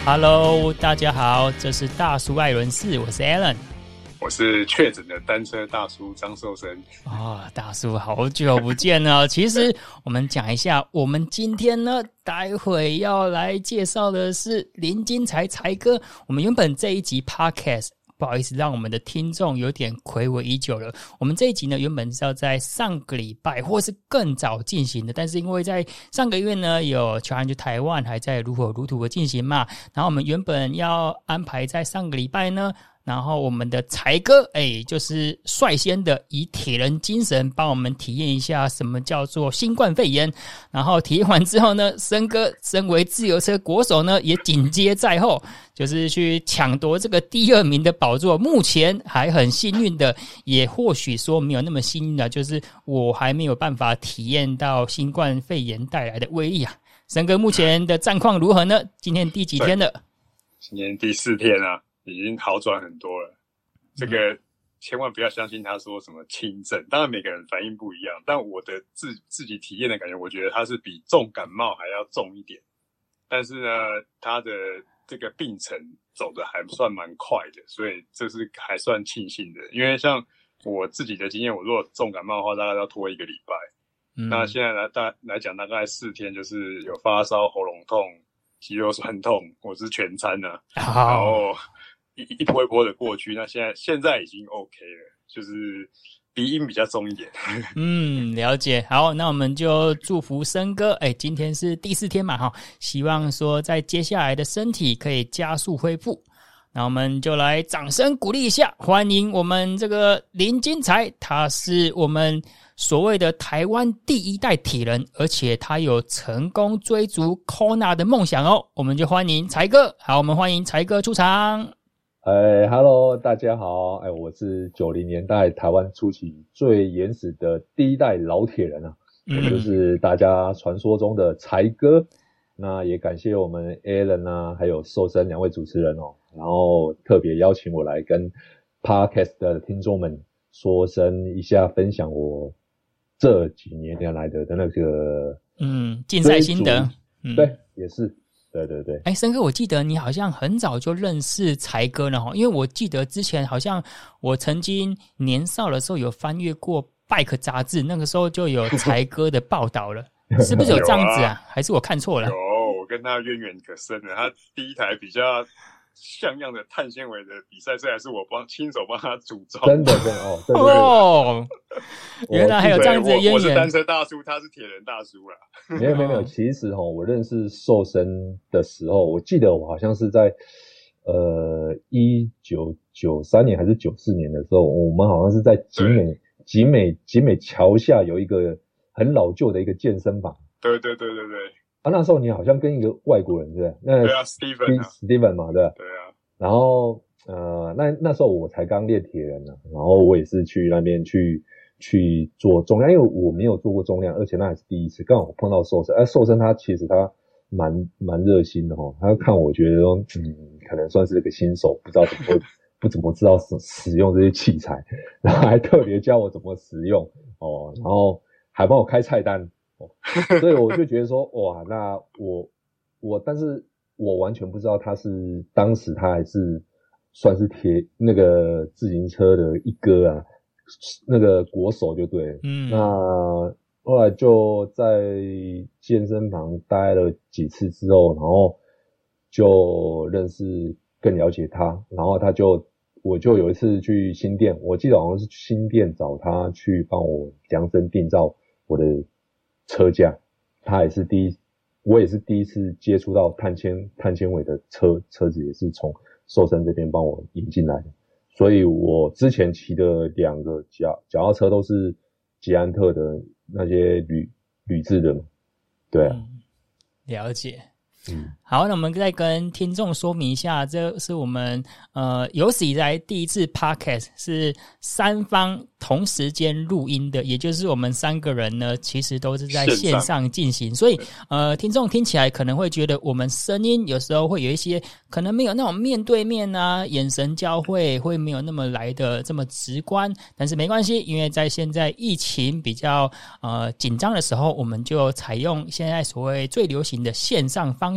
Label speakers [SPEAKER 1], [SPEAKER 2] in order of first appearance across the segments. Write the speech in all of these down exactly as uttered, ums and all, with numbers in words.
[SPEAKER 1] Hello， 大家好，这是大叔艾伦士，我是 Alan，
[SPEAKER 2] 我是确诊的单车大叔张寿生。
[SPEAKER 1] 哦，大叔好久不见了。其实我们讲一下，我们今天呢，待会要来介绍的是林金财财哥。我们原本这一集 Podcast， 不好意思，让我们的听众有点睽违已久了。我们这一集呢，原本是要在上个礼拜或是更早进行的，但是因为在上个月呢，有球员去台湾还在如火如荼的进行嘛，然后我们原本要安排在上个礼拜呢，然后我们的财哥哎，就是率先的以铁人精神帮我们体验一下什么叫做新冠肺炎，然后体验完之后呢，森哥身为自由车国手呢，也紧接在后，就是去抢夺这个第二名的宝座。目前还很幸运的，也或许说没有那么幸运的，就是我还没有办法体验到新冠肺炎带来的威力啊。森哥目前的战况如何呢？今天第几天了？
[SPEAKER 2] 今天第四天啊，已经好转很多了。这个千万不要相信他说什么轻症，当然每个人反应不一样，但我的自自己体验的感觉，我觉得他是比重感冒还要重一点。但是呢，他的这个病程走得还算蛮快的，所以这是还算庆幸的。因为像我自己的经验，我如果重感冒的话，大概要拖一个礼拜。嗯、那现在来大来讲，大概四天，就是有发烧、喉咙痛、肌肉酸痛，我是全餐啊，然后一一波一波的过去。那现在现在已经 OK 了，就是鼻音比较重一点。
[SPEAKER 1] 嗯，了解。好，那我们就祝福森哥，哎，今天是第四天嘛，哈，希望说在接下来的身体可以加速恢复。那我们就来掌声鼓励一下，欢迎我们这个林金财，他是我们所谓的台湾第一代铁人，而且他有成功追逐 Kona 的梦想哦。我们就欢迎财哥。好，我们欢迎财哥出场。
[SPEAKER 3] 哎 ，Hello， 大家好，哎，我是九零年代台湾初期最原始的第一代老铁人啊，嗯、我就是大家传说中的财哥。那也感谢我们 Alan 啊，还有寿生两位主持人哦，然后特别邀请我来跟 Podcast 的听众们说声一下，分享我这几年来的的那个
[SPEAKER 1] 嗯竞赛心得，
[SPEAKER 3] 嗯，对，也是。对对对，
[SPEAKER 1] 哎，森哥，我记得你好像很早就认识财哥了哈，因为我记得之前好像我曾经年少的时候有翻阅过 Bike 杂志，那个时候就有财哥的报道了，是不是有这样子啊？还是我看错了？
[SPEAKER 2] 有，我跟他渊源可深了。他第一台比较像样的碳纤维的比赛车，还是我帮亲手帮他组装。
[SPEAKER 3] 真的，真的哦，对对
[SPEAKER 1] 对哦，原来还有这样子的渊源。
[SPEAKER 2] 我, 我是单车大叔，他是铁人大叔啦。
[SPEAKER 3] 没有没有没有，其实齁，我认识寿生的时候，我记得我好像是在呃一九九三年还是九四年的时候，我们好像是在集美集美集美桥下有一个很老旧的一个健身房。
[SPEAKER 2] 对对对对对。
[SPEAKER 3] 啊，那时候你好像跟一个外国人，对不对？那
[SPEAKER 2] 对啊 ，Steven 啊
[SPEAKER 3] ，Steven 嘛，对吧？
[SPEAKER 2] 对啊。
[SPEAKER 3] 然后呃，那那时候我才刚练铁人呢，然后我也是去那边去去做重量，因为我没有做过重量，而且那还是第一次，刚好碰到寿生。哎、啊，寿生他其实他蛮蛮热心的齁，他看我觉得说，嗯，可能算是个新手，不知道怎么不怎么知道使使用这些器材，然后还特别教我怎么使用哦，然后还帮我开菜单。所以我就觉得说，哇，那我我，但是我完全不知道他是当时他还是算是铁那个自行车的一哥啊，那个国手就对了。嗯，那后来就在健身房待了几次之后，然后就认识更了解他，然后他就我就有一次去新店，我记得好像是去新店找他去帮我量身定造我的车架，他也是第一，我也是第一次接触到碳纤碳纤维的车车子，也是从寿生这边帮我引进来的。所以我之前骑的两个脚脚踏车都是捷安特的那些铝铝制的嘛，对啊，
[SPEAKER 1] 嗯、了解。嗯，好，那我们再跟听众说明一下，这是我们呃有史以来第一次 podcast 是三方同时间录音的，也就是我们三个人呢其实都是在线上进行，所以呃听众听起来可能会觉得我们声音有时候会有一些可能没有那种面对面啊眼神交汇会没有那么来的这么直观，但是没关系，因为在现在疫情比较呃紧张的时候，我们就采用现在所谓最流行的线上方式。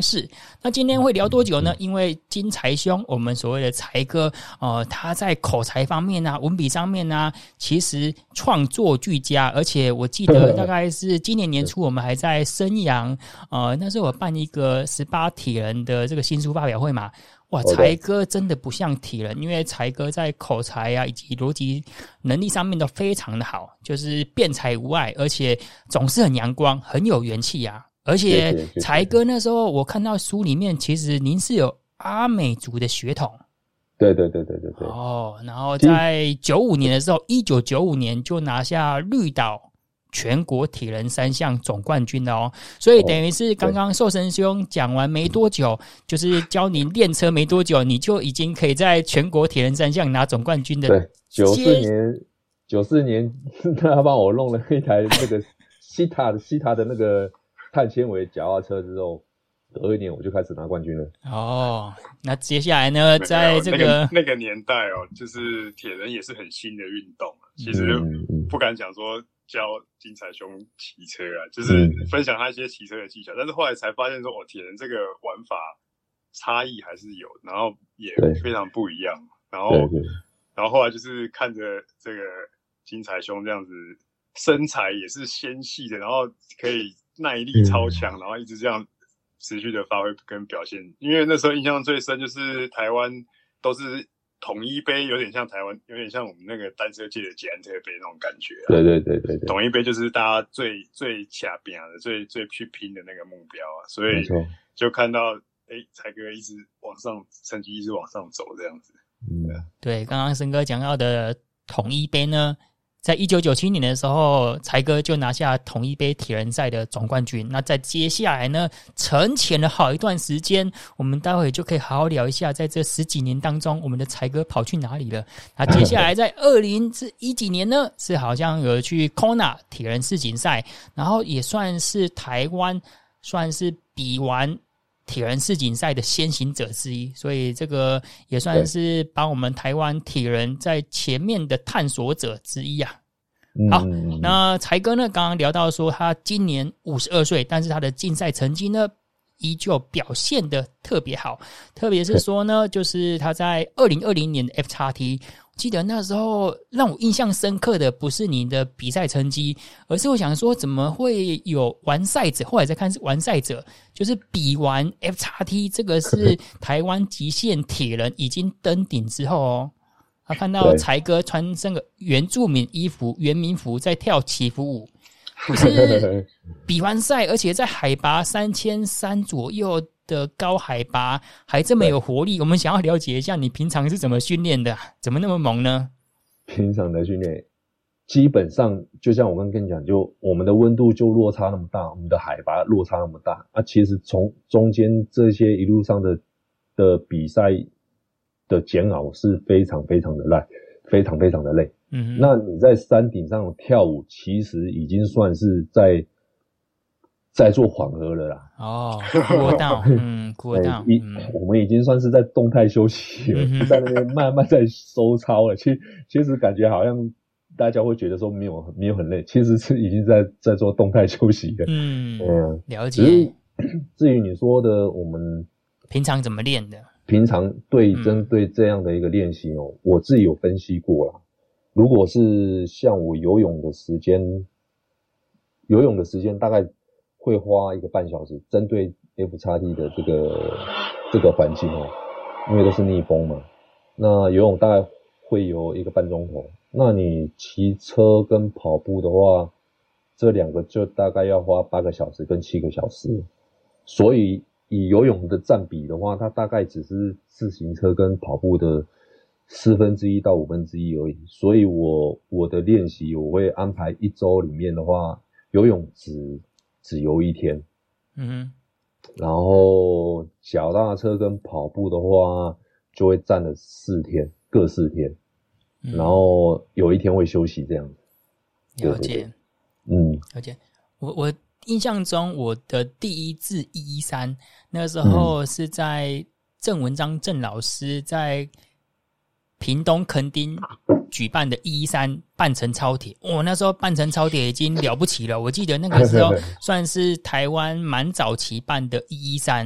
[SPEAKER 1] 那今天会聊多久呢？因为金财兄，我们所谓的财哥，呃，他在口才方面啊，文笔上面啊，其实创作俱佳，而且我记得大概是今年年初，我们还在深阳，呃，那时候我办一个十八体人的这个新书发表会嘛。哇，财哥真的不像体人，因为财哥在口才啊以及逻辑能力上面都非常的好，就是辩才无碍，而且总是很阳光，很有元气啊。而且财哥那时候我看到书里面，其实您是有阿美族的血统。
[SPEAKER 3] 对对对对对对。
[SPEAKER 1] 哦，然后在九五年的时候，一九九五年就拿下绿岛全国体人三项总冠军的哦，所以等于是刚刚寿神兄讲完没多久，就是教你练车没多久，你就已经可以在全国体人三项拿总冠军的。
[SPEAKER 3] 对，九四年，九四年他帮我弄了一台那个西塔的西塔的那个碳纤维脚踏车之后，隔一年我就开始拿冠军了。
[SPEAKER 1] 哦，那接下来呢，在这个、
[SPEAKER 2] 那个、那个年代哦，就是铁人也是很新的运动，其实不敢讲说教金财兄骑车啊，就是分享他一些骑车的技巧，嗯、但是后来才发现说，哦，铁人这个玩法差异还是有，然后也非常不一样。然后，然后后来就是看着这个金财兄这样子，身材也是纤细的，然后可以耐力超强，嗯、然后一直这样持续的发挥跟表现。因为那时候印象最深就是台湾都是统一杯，有点像台湾，有点像我们那个单车界的捷安特杯那种感觉、啊。对对对对对，统一杯就是大家最最卡拼的、最最去拼的那个目标啊，所以就看到哎，财哥一直往上，成绩一直往上走这样子。
[SPEAKER 1] 嗯，对，刚刚森哥讲到的统一杯呢，在一九九七年的时候，财哥就拿下统一杯铁人赛的总冠军。那在接下来呢，沉潜了好一段时间，我们待会就可以好好聊一下，在这十几年当中，我们的财哥跑去哪里了？那接下来在二零一几年呢，是好像有去 Kona 铁人世锦赛，然后也算是台湾算是比完铁人世锦赛的先行者之一，所以这个也算是把我们台湾铁人在前面的探索者之一啊。好，那财哥呢，刚刚聊到说他今年五十二岁，但是他的竞赛成绩呢依旧表现得特别好，特别是说呢，就是他在二零二零年的 F X T， 记得那时候让我印象深刻的不是你的比赛成绩，而是我想说怎么会有完赛者，后来再看是完赛者，就是比完 F X T， 这个是台湾极限铁人已经登顶之后哦，他看到财哥穿这个原住民衣服原民服在跳祈福舞，不是比完赛，而且在海拔三千三左右的高海拔还这么有活力，我们想要了解一下你平常是怎么训练的，怎么那么猛呢？
[SPEAKER 3] 平常的训练基本上就像我刚刚跟你讲，就我们的温度就落差那么大，我们的海拔落差那么大啊，其实从中间这些一路上的的比赛的煎熬是非常非常的累，非常非常的累。嗯，那你在山顶上跳舞，其实已经算是在在做缓和了啦。哦，
[SPEAKER 1] 过道，嗯，过道，
[SPEAKER 3] 嗯，我们已经算是在动态休息了，嗯、在那边慢慢在收操了。其实，其实感觉好像大家会觉得说没有没有很累，其实是已经在在做动态休息了。
[SPEAKER 1] 嗯，嗯了解。
[SPEAKER 3] 至于你说的，我们
[SPEAKER 1] 平常怎么练的？
[SPEAKER 3] 平常对针对这样的一个练习哦，嗯、我自己有分析过啦。如果是像我游泳的时间，游泳的时间大概会花一个半小时，针对 F X T 的这个这个环境哦，因为都是逆风嘛，那游泳大概会有一个半钟头。那你骑车跟跑步的话，这两个就大概要花八个小时跟七个小时。所以以游泳的占比的话，它大概只是自行车跟跑步的四分之一到五分之一而已，所以我我的练习我会安排一周里面的话，游泳只只游一天，嗯哼，然后脚踏车跟跑步的话就会占了四天，各四天，嗯、然后有一天会休息这样子。
[SPEAKER 1] 了解，对对对嗯，了解。我我印象中我的第一次一一三那个时候是在郑文章郑老师在屏东垦丁举办的一一三半程超铁，哦，那时候半程超铁已经了不起了。我记得那个时候算是台湾蛮早期办的一一三，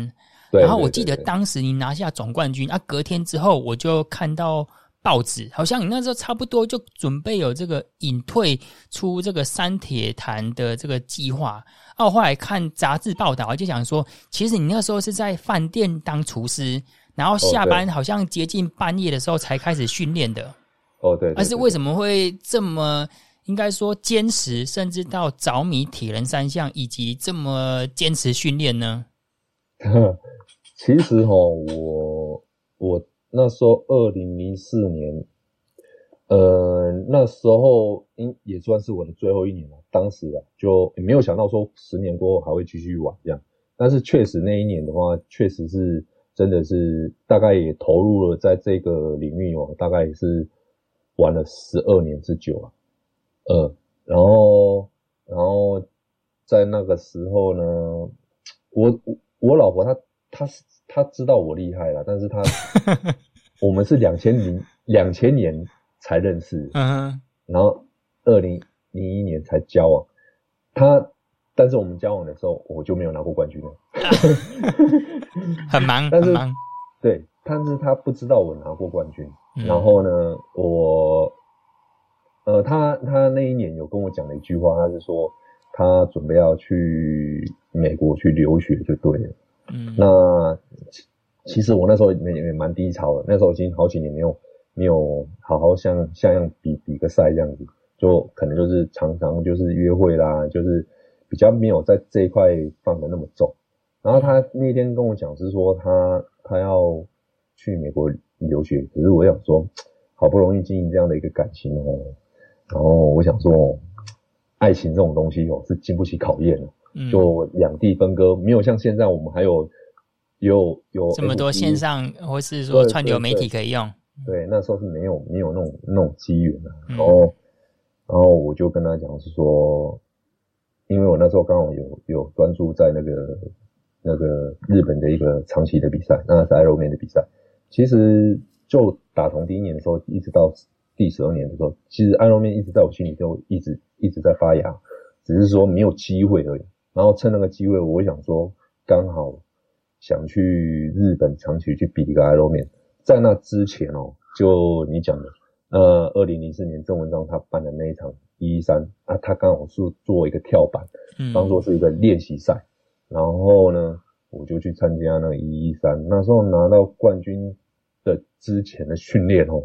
[SPEAKER 1] 然后我记得当时你拿下总冠军啊，隔天之后我就看到报纸，好像你那时候差不多就准备有这个隐退出这个三铁坛的这个计划。啊，我后来看杂志报道，就想说，其实你那时候是在饭店当厨师，然后下班好像接近半夜的时候才开始训练的。
[SPEAKER 3] 哦，对。
[SPEAKER 1] 但是为什么会这么应该说坚持，甚至到着迷铁人三项，以及这么坚持训练呢？
[SPEAKER 3] 其实齁，我我那时候二零零四年，呃，那时候应也算是我的最后一年了。当时啊，就也没有想到说十年过后还会继续玩这样。但是确实那一年的话，确实是真的是大概也投入了在这个领域哦，大概也是玩了十二年之久啊。呃，然后然后在那个时候呢，我我老婆她她她知道我厉害啦，但是她我们是两千零两千年才认识，嗯，然后二零零一年才交往。她但是我们交往的时候，我就没有拿过冠军了，
[SPEAKER 1] 很忙，
[SPEAKER 3] 但是
[SPEAKER 1] 很忙。
[SPEAKER 3] 对，但是她不知道我拿过冠军。嗯、然后呢，我呃，她她那一年有跟我讲了一句话，她是说她准备要去美国去留学就对了。嗯，那其实我那时候也也蛮低潮的，那时候已经好几年没有没有好好像像样比比个赛这样子，就可能就是常常就是约会啦，就是比较没有在这一块放得那么重。然后他那天跟我讲是说他他要去美国留学，可是我想说好不容易经营这样的一个感情哦，然后我想说爱情这种东西哦是经不起考验的。就两地分割，没有像现在我们还有有有
[SPEAKER 1] 这么多线上或是说串流媒体可以用。
[SPEAKER 3] 对，对对那时候是没有没有那种那种机缘啊。然后、嗯、然后我就跟他讲是说，因为我那时候刚好有有专注在那个那个日本的一个长期的比赛，那是 Ironman 的比赛。其实就打从第一年的时候一直到第十二年的时候，其实 Ironman 一直在我心里就一直一直在发芽，只是说没有机会而已。然后趁那个机会，我想说刚好想去日本长期去比一个 Ironman。在那之前哦，就你讲的，呃，二零零四年郑文章他办的那一场一一三啊，他刚好是做一个跳板，当做是一个练习赛。然后呢，我就去参加那个一一三，那时候拿到冠军的之前的训练哦，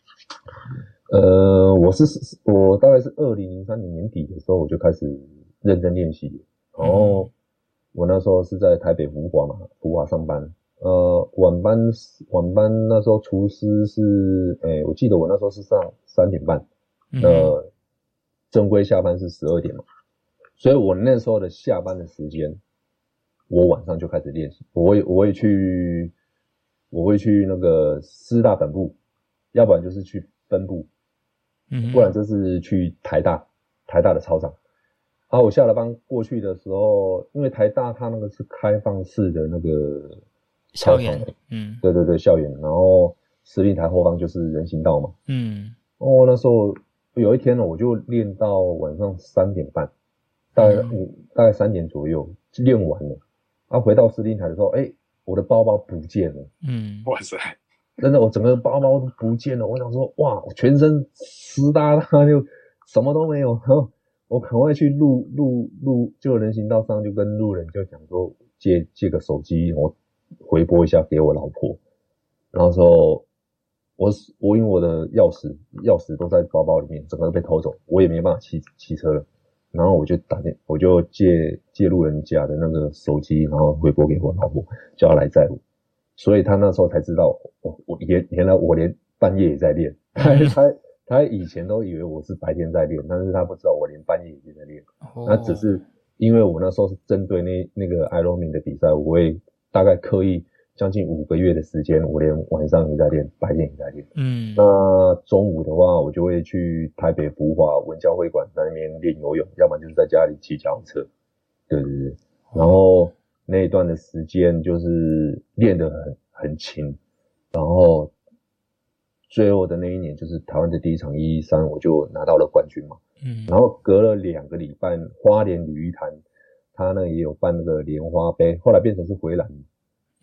[SPEAKER 3] 呃，我是我大概是二零零三年年底的时候我就开始认真练习。然后我那时候是在台北福华嘛，福华上班。呃，晚班晚班那时候厨师是，诶，我记得我那时候是上三点半，呃，正规下班是十二点嘛，所以我那时候的下班的时间，我晚上就开始练习。我会我会去我会去那个师大本部，要不然就是去分部，不然就是去台大台大的操场。啊，我下了班过去的时候，因为台大它那个是开放式的那个
[SPEAKER 1] 校园，嗯，
[SPEAKER 3] 对对对，校园。然后司令台后方就是人行道嘛，嗯。哦，那时候有一天呢，我就练到晚上三点半，大概、嗯、大概三点左右练完了。啊，回到司令台的时候，哎，我的包包不见了，
[SPEAKER 2] 嗯，哇塞，
[SPEAKER 3] 真的，我整个包包都不见了。我想说，哇，我全身湿哒哒，就什么都没有。然后我赶快去路路路，就人行道上就跟路人就讲说借借个手机，我回拨一下给我老婆。然后说，我我因为我的钥匙钥匙都在包包里面，整个都被偷走，我也没办法骑骑车了。然后我就打电，我就借借路人甲的那个手机，然后回拨给我老婆，叫她来载我。所以他那时候才知道，我我原原来我连半夜也在练。他他他以前都以为我是白天在练，但是他不知道我连半夜也在练。Oh. 那只是因为我那时候是针对那那个 Ironman 的比赛，我会大概刻意将近五个月的时间，我连晚上也在练，白天也在练。嗯，那中午的话，我就会去台北福华文教会馆在那边练游泳，要不然就是在家里骑脚踏车。对对对，然后那一段的时间就是练得很很勤，然后最后的那一年就是台湾的第一场一一三，我就拿到了冠军嘛。嗯，然后隔了两个礼拜，花莲鲤鱼潭他呢也有办那个莲花杯，后来变成是回蓝。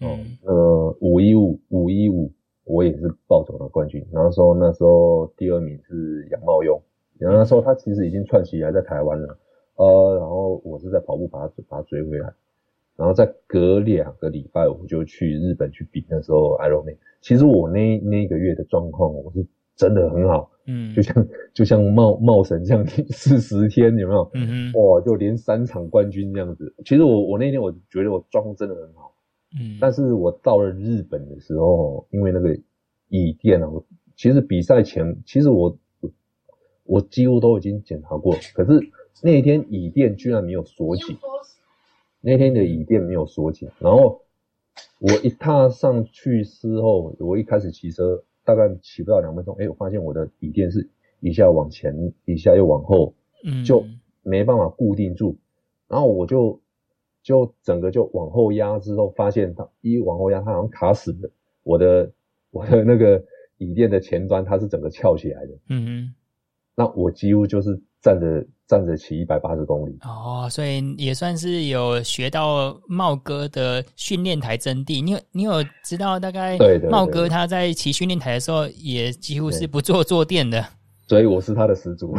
[SPEAKER 3] 哦，呃，五一五五一五，我也是暴走了冠军。然后说那时候第二名是杨茂庸，然后那时候他其实已经串起来在台湾了，呃，然后我是在跑步把他把他追回来，然后再隔两个礼拜我就去日本去比那时候 Ironman。其实我那那个月的状况我是真的很好，嗯，就像就像冒冒神这样四十天有没有？嗯哼，哇，就连三场冠军这样子。其实我我那天我觉得我状况真的很好。嗯，但是我到了日本的时候，因为那个椅垫啊，其实比赛前，其实我我几乎都已经检查过，可是那一天椅垫居然没有锁紧，那天的椅垫没有锁紧，然后我一踏上去之后，我一开始骑车大概骑不到两分钟，哎，我发现我的椅垫是一下往前，一下又往后，嗯，就没办法固定住，然后我就。就整个就往后压之后，发现它一往后压，它好像卡死了。我的我的那个椅垫的前端，它是整个翘起来的。嗯哼，那我几乎就是站着站着骑一百八十公里。
[SPEAKER 1] 哦，所以也算是有学到茂哥的训练台真谛。你有你有知道大概茂哥他在骑训练台的时候，也几乎是不坐坐垫的。
[SPEAKER 3] 所以我是他的始祖。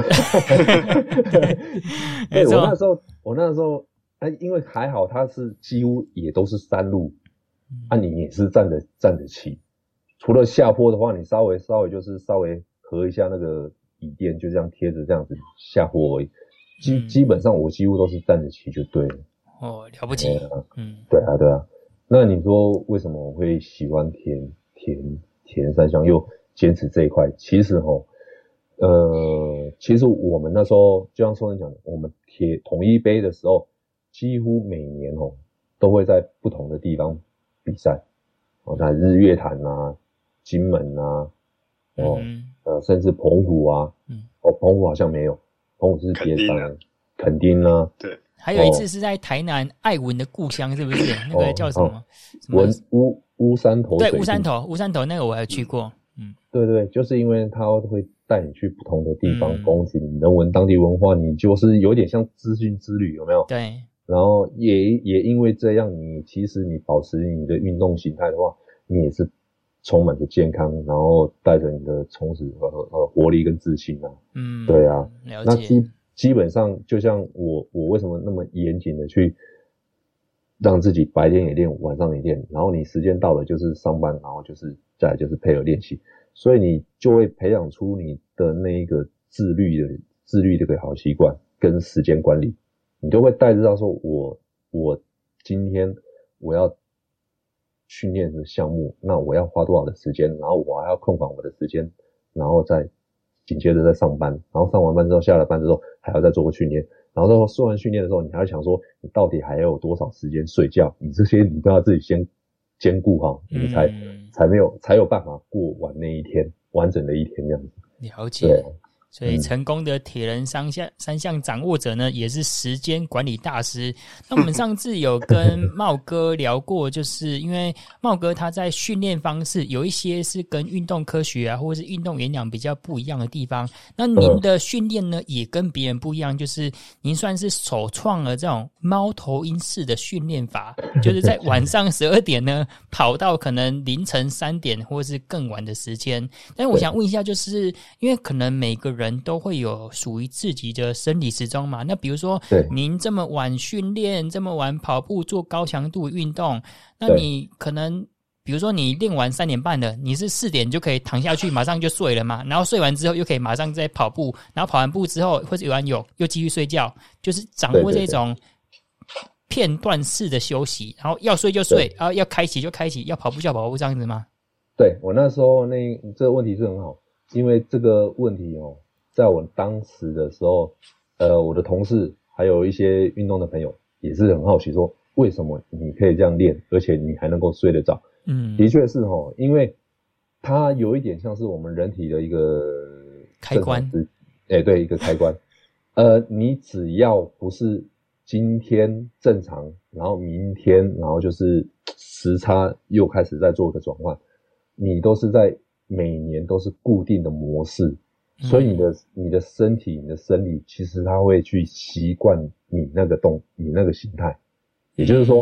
[SPEAKER 3] 对，我那时候我那时候。因为还好他是几乎也都是山路，啊你也是站着站着骑，除了下坡的话，你稍微稍微就是稍微合一下那个椅垫，就这样贴着这样子下坡而已。基、嗯、基本上我几乎都是站着骑就对了。
[SPEAKER 1] 哦，了不起。
[SPEAKER 3] 嗯，对啊对啊。那你说为什么我会喜欢田田田三项又坚持这一块？其实齁，呃，其实我们那时候就像说人讲的，我们铁统一杯的时候。几乎每年哦都会在不同的地方比赛，哦，在日月潭啊、金门啊，哦、嗯、呃甚至澎湖啊，嗯，哦澎湖好像没有，澎湖是别山，垦丁啊，
[SPEAKER 2] 对，
[SPEAKER 1] 还有一次是在台南艾文的故乡，是不是？那个叫什么？哦、
[SPEAKER 3] 什么文乌乌山头？
[SPEAKER 1] 对，乌山头，乌山头那个我还去过，嗯，
[SPEAKER 3] 对对，就是因为他会带你去不同的地方，恭喜你人文当地文化，你就是有点像资讯之旅，有没有？
[SPEAKER 1] 对。
[SPEAKER 3] 然后也也因为这样，你其实你保持你的运动形态的话，你也是充满着健康，然后带着你的充实呃呃活力跟自信啊。嗯，对啊。
[SPEAKER 1] 了解。
[SPEAKER 3] 那基基本上就像我我为什么那么严谨的去让自己白天也练，晚上也练，然后你时间到了就是上班，然后就是再来就是配合练习，所以你就会培养出你的那一个自律的自律的一个好习惯跟时间管理。你就会带知道说我我今天我要训练的项目，那我要花多少的时间，然后我还要控管我的时间，然后再紧接着再上班，然后上完班之后下了班之后还要再做个训练，然后到做完训练的时候你还要想说你到底还有多少时间睡觉，你这些你都要自己先兼顾好，你才、嗯、才没有才有办法过完那一天完整的一天这样子。
[SPEAKER 1] 了解。对，所以成功的铁人三项三项掌握者呢，也是时间管理大师。那我们上次有跟茂哥聊过，就是因为茂哥他在训练方式有一些是跟运动科学啊，或者是运动营养比较不一样的地方。那您的训练呢，也跟别人不一样，就是您算是首创了这种猫头鹰式的训练法，就是在晚上十二点呢跑到可能凌晨三点或是更晚的时间。但是我想问一下，就是因为可能每个人人都会有属于自己的生理时钟嘛，那比如说您这么晚训练，这么晚跑步做高强度运动，那你可能比如说你练完三点半了，你是四点就可以躺下去马上就睡了嘛，然后睡完之后又可以马上再跑步，然后跑完步之后或者游完泳又继续睡觉，就是掌握这种片段式的休息，然后要睡就睡，然后要开启就开启，要跑步就要跑步，这样子吗？
[SPEAKER 3] 对，我那时候那这个问题是很好，因为这个问题哦在我当时的时候，呃，我的同事还有一些运动的朋友也是很好奇说，为什么你可以这样练，而且你还能够睡得着？嗯，的确是齁，因为它有一点像是我们人体的一个
[SPEAKER 1] 开关，
[SPEAKER 3] 哎、欸，对，一个开关。呃，你只要不是今天正常，然后明天，然后就是时差又开始在做个转换，你都是在每年都是固定的模式。所以你的你的身体你的生理其实它会去习惯你那个动你那个形态，也就是说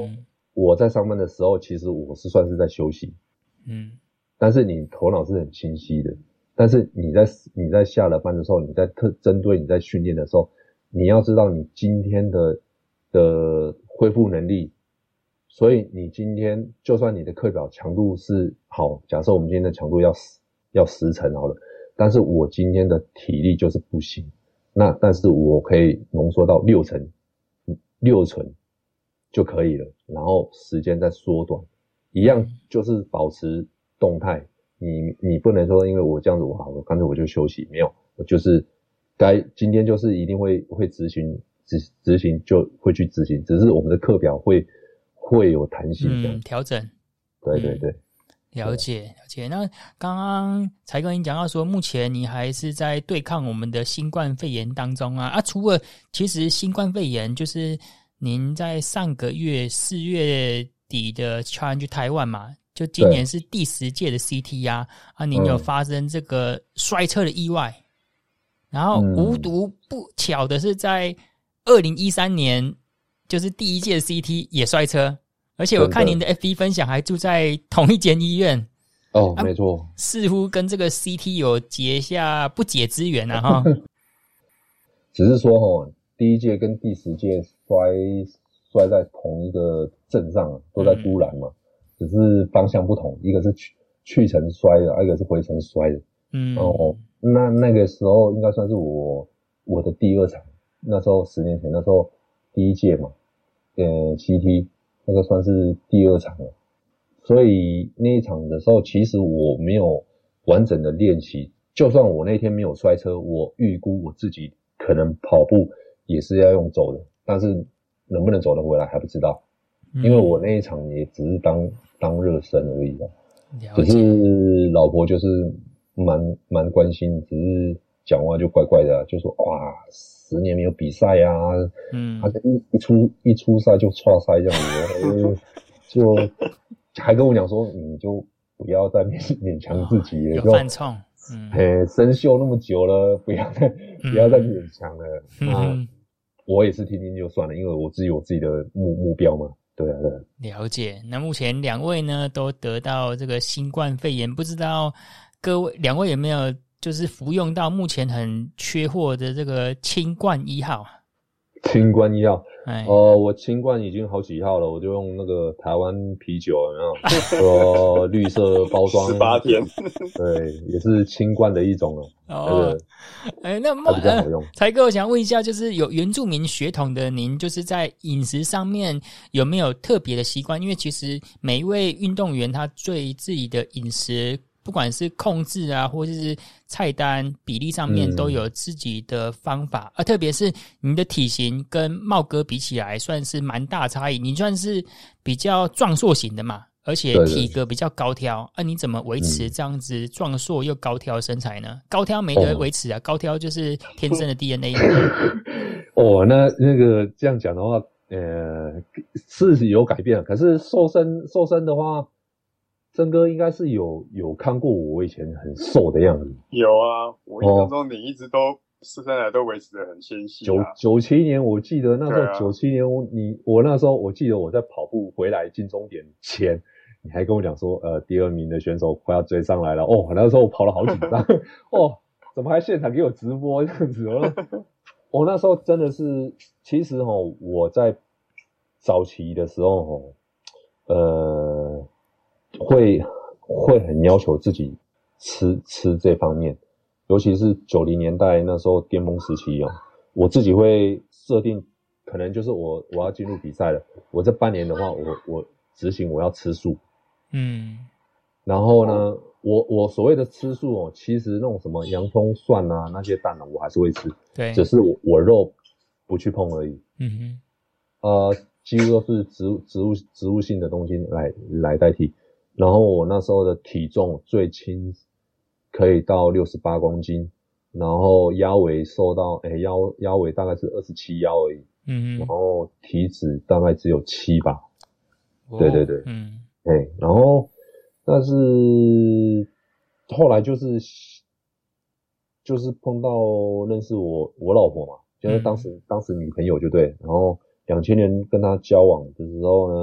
[SPEAKER 3] 我在上班的时候，其实我是算是在休息，
[SPEAKER 1] 嗯，
[SPEAKER 3] 但是你头脑是很清晰的。但是你在你在下了班的时候，你在特针对你在训练的时候，你要知道你今天的的恢复能力，所以你今天就算你的课表强度是好，假设我们今天的强度要要十成好了，但是我今天的体力就是不行，那但是我可以浓缩到六成，六成就可以了，然后时间再缩短，一样就是保持动态。你你不能说因为我这样子我好，我干脆我就休息，没有，我就是该今天就是一定会会执行执执行就会去执行，只是我们的课表会会有弹性这样、
[SPEAKER 1] 嗯、调整。
[SPEAKER 3] 对对对、
[SPEAKER 1] 嗯，了解了解。那刚刚才跟你讲到说，目前你还是在对抗我们的新冠肺炎当中啊啊！除了其实新冠肺炎，就是您在上个月四月底的 Challenge 台湾嘛。就今年是第十届的 C T 啊，啊，您有发生这个摔车的意外，嗯、然后无独不巧的是，在二零一三年，就是第一届的 C T 也摔车，而且我看您的 F B 分享还住在同一间医院。
[SPEAKER 3] 哦，没错，
[SPEAKER 1] 似乎跟这个 C T 有结下不解之缘啊哈。
[SPEAKER 3] 只是说齁，第一届跟第十届摔摔在同一个镇上，都在都兰嘛。嗯，只是方向不同，一个是去去程摔的，一个是回程摔的。嗯，哦，那那个时候应该算是我我的第二场，那时候十年前，那时候第一届嘛，呃 ，C T 那个算是第二场了。所以那一场的时候，其实我没有完整的练习，就算我那天没有摔车，我预估我自己可能跑步也是要用走的，但是能不能走得回来还不知道。因为我那一场也只是当当热身而已啦，只是老婆就是蛮蛮关心，只是讲话就怪怪的、啊，就说哇，十年没有比赛啊，嗯，他一一出一出赛就挫赛这样子，就还跟我讲说，你就不要再勉勉强自己了，
[SPEAKER 1] 哦、有犯冲，
[SPEAKER 3] 嗯，嘿，生锈那么久了，不要再、嗯、不要再勉强了。嗯、那我也是听听就算了，因为我自己有自己的目目标嘛。对啊，对啊。
[SPEAKER 1] 了解。那目前两位呢都得到这个新冠肺炎，不知道各位两位有没有就是服用到目前很缺货的这个清冠一号？
[SPEAKER 3] 清冠一号，哎，哦、呃，我清冠已经好几号了，我就用那个台湾啤酒，有没有？说绿色包装，
[SPEAKER 2] 十八天，
[SPEAKER 3] 对，也是清冠的一种了。哦，
[SPEAKER 1] 哎、那
[SPEAKER 3] 它比较好用。
[SPEAKER 1] 才哥，我想问一下，就是有原住民血统的您，就是在饮食上面有没有特别的习惯？因为其实每一位运动员他对自己的饮食，不管是控制啊，或者是菜单比例上面，都有自己的方法。嗯、啊，特别是您的体型跟茂哥比起来，算是蛮大差异。你算是比较壮硕型的嘛，而且体格比较高挑。啊，你怎么维持这样子壮硕又高挑的身材呢？嗯、高挑没得维持啊，哦、高挑就是天生的 D N A。
[SPEAKER 3] 哦，那那个这样讲的话，呃，是有改变，可是瘦身瘦身的话。曾哥应该是有有看过我以前很瘦的样子。
[SPEAKER 2] 有啊，我印象中你一直都身材都维持得很纤细、啊。
[SPEAKER 3] 九九七年我记得那时候九七年我你我那时候我记得我在跑步回来进终点前，你还跟我讲说，呃，第二名的选手快要追上来了。哦，那时候我跑得好紧张。哦，怎么还现场给我直播这样子哦？我、哦、那时候真的是，其实哦，我在早期的时候哦，呃。会会很要求自己吃吃这方面，尤其是九零年代那时候巅峰时期哦，我自己会设定，可能就是我我要进入比赛了，我这半年的话，我我执行我要吃素，嗯，然后呢，我我所谓的吃素哦，其实那种什么洋葱蒜啊那些蛋呢，我还是会吃，
[SPEAKER 1] 对，
[SPEAKER 3] 只是我我肉不去碰而已，嗯哼，呃，几乎都是植物植物植物性的东西来来代替。然后我那时候的体重最轻可以到六十八公斤，然后腰围瘦到诶腰腰围大概是二十七腰而已，嗯，然后体脂大概只有七吧，哦、对对对，嗯，诶，然后但是后来就是就是碰到认识我我老婆嘛，就是当时、嗯、当时女朋友就对，然后两千年跟她交往的时候呢。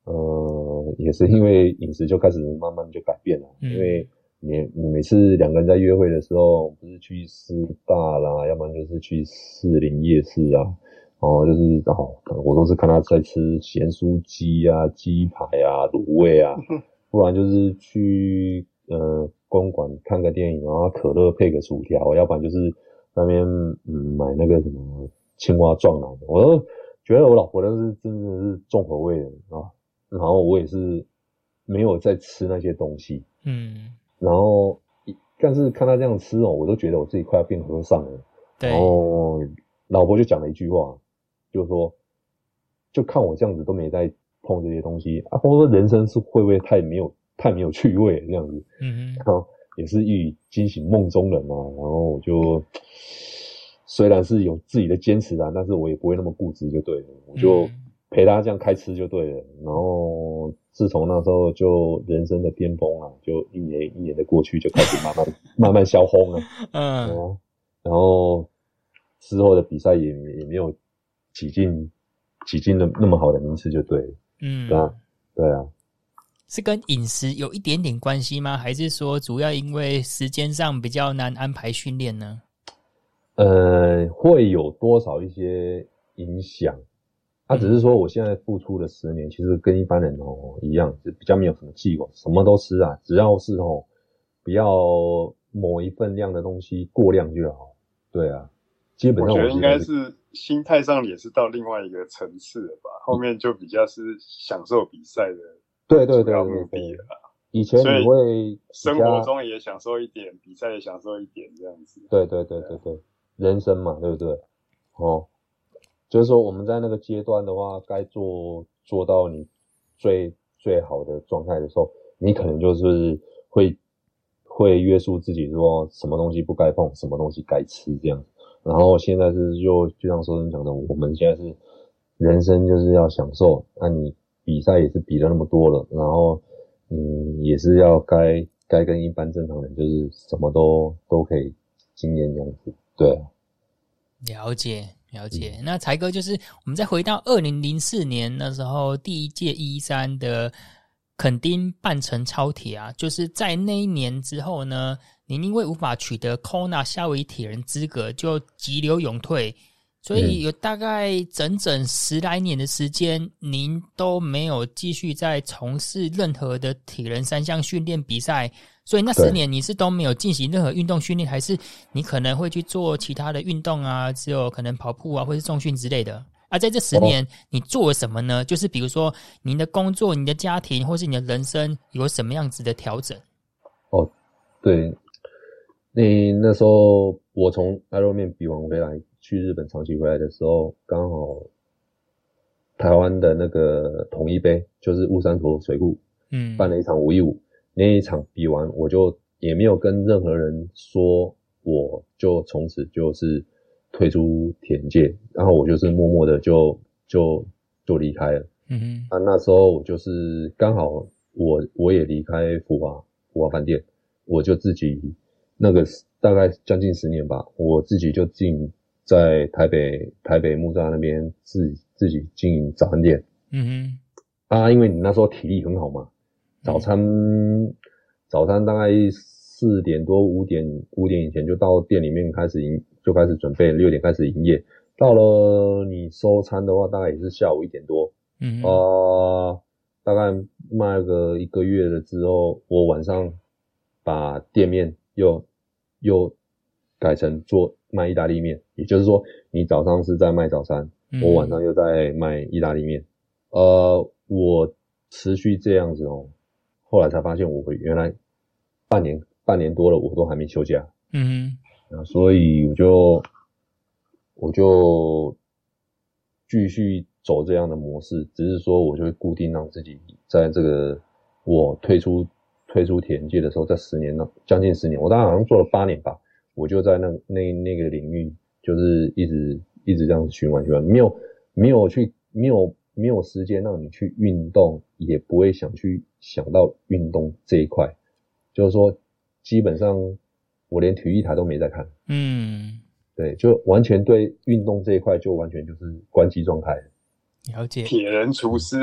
[SPEAKER 3] 呃，也是因为饮食就开始慢慢就改变了，嗯、因为你你每次两个人在约会的时候，不是去师大啦，要不然就是去士林夜市啊，哦，就是哦，我都是看他在吃咸酥鸡啊、鸡排啊、卤味啊，不然就是去呃公馆看个电影，然后可乐配个薯条，要不然就是那边嗯买那个什么青蛙撞奶，我都觉得我老婆都是真的是重口味的啊，然后我也是没有在吃那些东西，嗯。然后，但是看他这样吃哦，我都觉得我自己快要变和尚了。对。然后老婆就讲了一句话，就是说，就看我这样子都没在碰这些东西啊，或者说人生是会不会太没有太没有趣味这样子？嗯然后也是一语惊醒梦中人啊。然后我就虽然是有自己的坚持啊，但是我也不会那么固执，就对了。我就陪他这样开吃就对了。然后。自从那时候就人生的巅峰啊，就一年一年的过去，就开始慢慢慢慢消轰了。嗯，哦，然后之后的比赛也也没有挤进挤进了那么好的名次，就对了。嗯，对啊，对啊。
[SPEAKER 1] 是跟饮食有一点点关系吗？还是说主要因为时间上比较难安排训练呢？
[SPEAKER 3] 呃，会有多少一些影响？他、啊、只是说，我现在付出了十年，其实跟一般人哦一样，就比较没有什么忌口，什么都吃啊，只要是哦，不要某一份量的东西过量就好。对啊，基本上
[SPEAKER 2] 我觉得应该是心态上也是到另外一个层次了吧，后面就比较是享受比赛的
[SPEAKER 3] 对对对
[SPEAKER 2] 目的了。
[SPEAKER 3] 以前你会
[SPEAKER 2] 生活中也享受一点，比赛也享受一点这样子。
[SPEAKER 3] 对对对对对，人生嘛，对不对？哦。就是说我们在那个阶段的话，该做做到你最最好的状态的时候，你可能就是会会约束自己说什么东西不该碰，什么东西该吃这样。然后现在是就就像收生讲的，我们现在是人生就是要享受，那你比赛也是比了那么多了，然后你也是要该该跟一般正常人就是什么都都可以经验这样子，对啊。
[SPEAKER 1] 了解。了解，那才哥就是我们再回到二零零四年那时候第一届一一三的垦丁半程超铁啊，就是在那一年之后呢，您因为无法取得 Kona 夏威夷铁人资格，就急流勇退，所以有大概整整十来年的时间，您都没有继续在从事任何的铁人三项训练比赛。所以那十年你是都没有进行任何运动训练，还是你可能会去做其他的运动啊，只有可能跑步啊或是重训之类的啊？在这十年你做了什么呢？就是比如说您的工作、你的家庭或是你的人生有什么样子的调整？
[SPEAKER 3] 哦，对，那那时候我从 Ironman 比完回来去日本长崎回来的时候，刚好台湾的那个统一杯就是雾山头水库嗯办了一场五一五，那一场比完，我就也没有跟任何人说，我就从此就是退出铁人界，然后我就是默默的就就就离开了。嗯哼，啊，那时候我就是刚好我我也离开福华福华饭店，我就自己那个大概将近十年吧，我自己就进在台北台北木栅那边自自己经营早餐店。嗯哼，啊，因为你那时候体力很好嘛。早餐，早餐大概四点多五点五点以前就到店里面开始营，就开始准备，六点开始营业。到了你收餐的话，大概也是下午一点多。嗯，呃，大概卖个一个月了之后，我晚上把店面又又改成做卖意大利面，也就是说，你早上是在卖早餐，嗯、我晚上又在卖意大利面。呃，我持续这样子哦。后来才发现，我原来半年半年多了，我都还没休假。嗯哼，啊，所以我就我就继续走这样的模式，只是说我就会固定让自己在这个我退出退出铁人界的时候，在十年呢，将近十年，我大概好像做了八年吧，我就在那那那个领域，就是一直一直这样循环循环，没有没有去没有。没有时间让你去运动，也不会想去想到运动这一块，就是说基本上我连体育台都没在看。嗯，对，就完全对运动这一块就完全就是关机状态。
[SPEAKER 1] 了解，
[SPEAKER 2] 铁人厨师啊。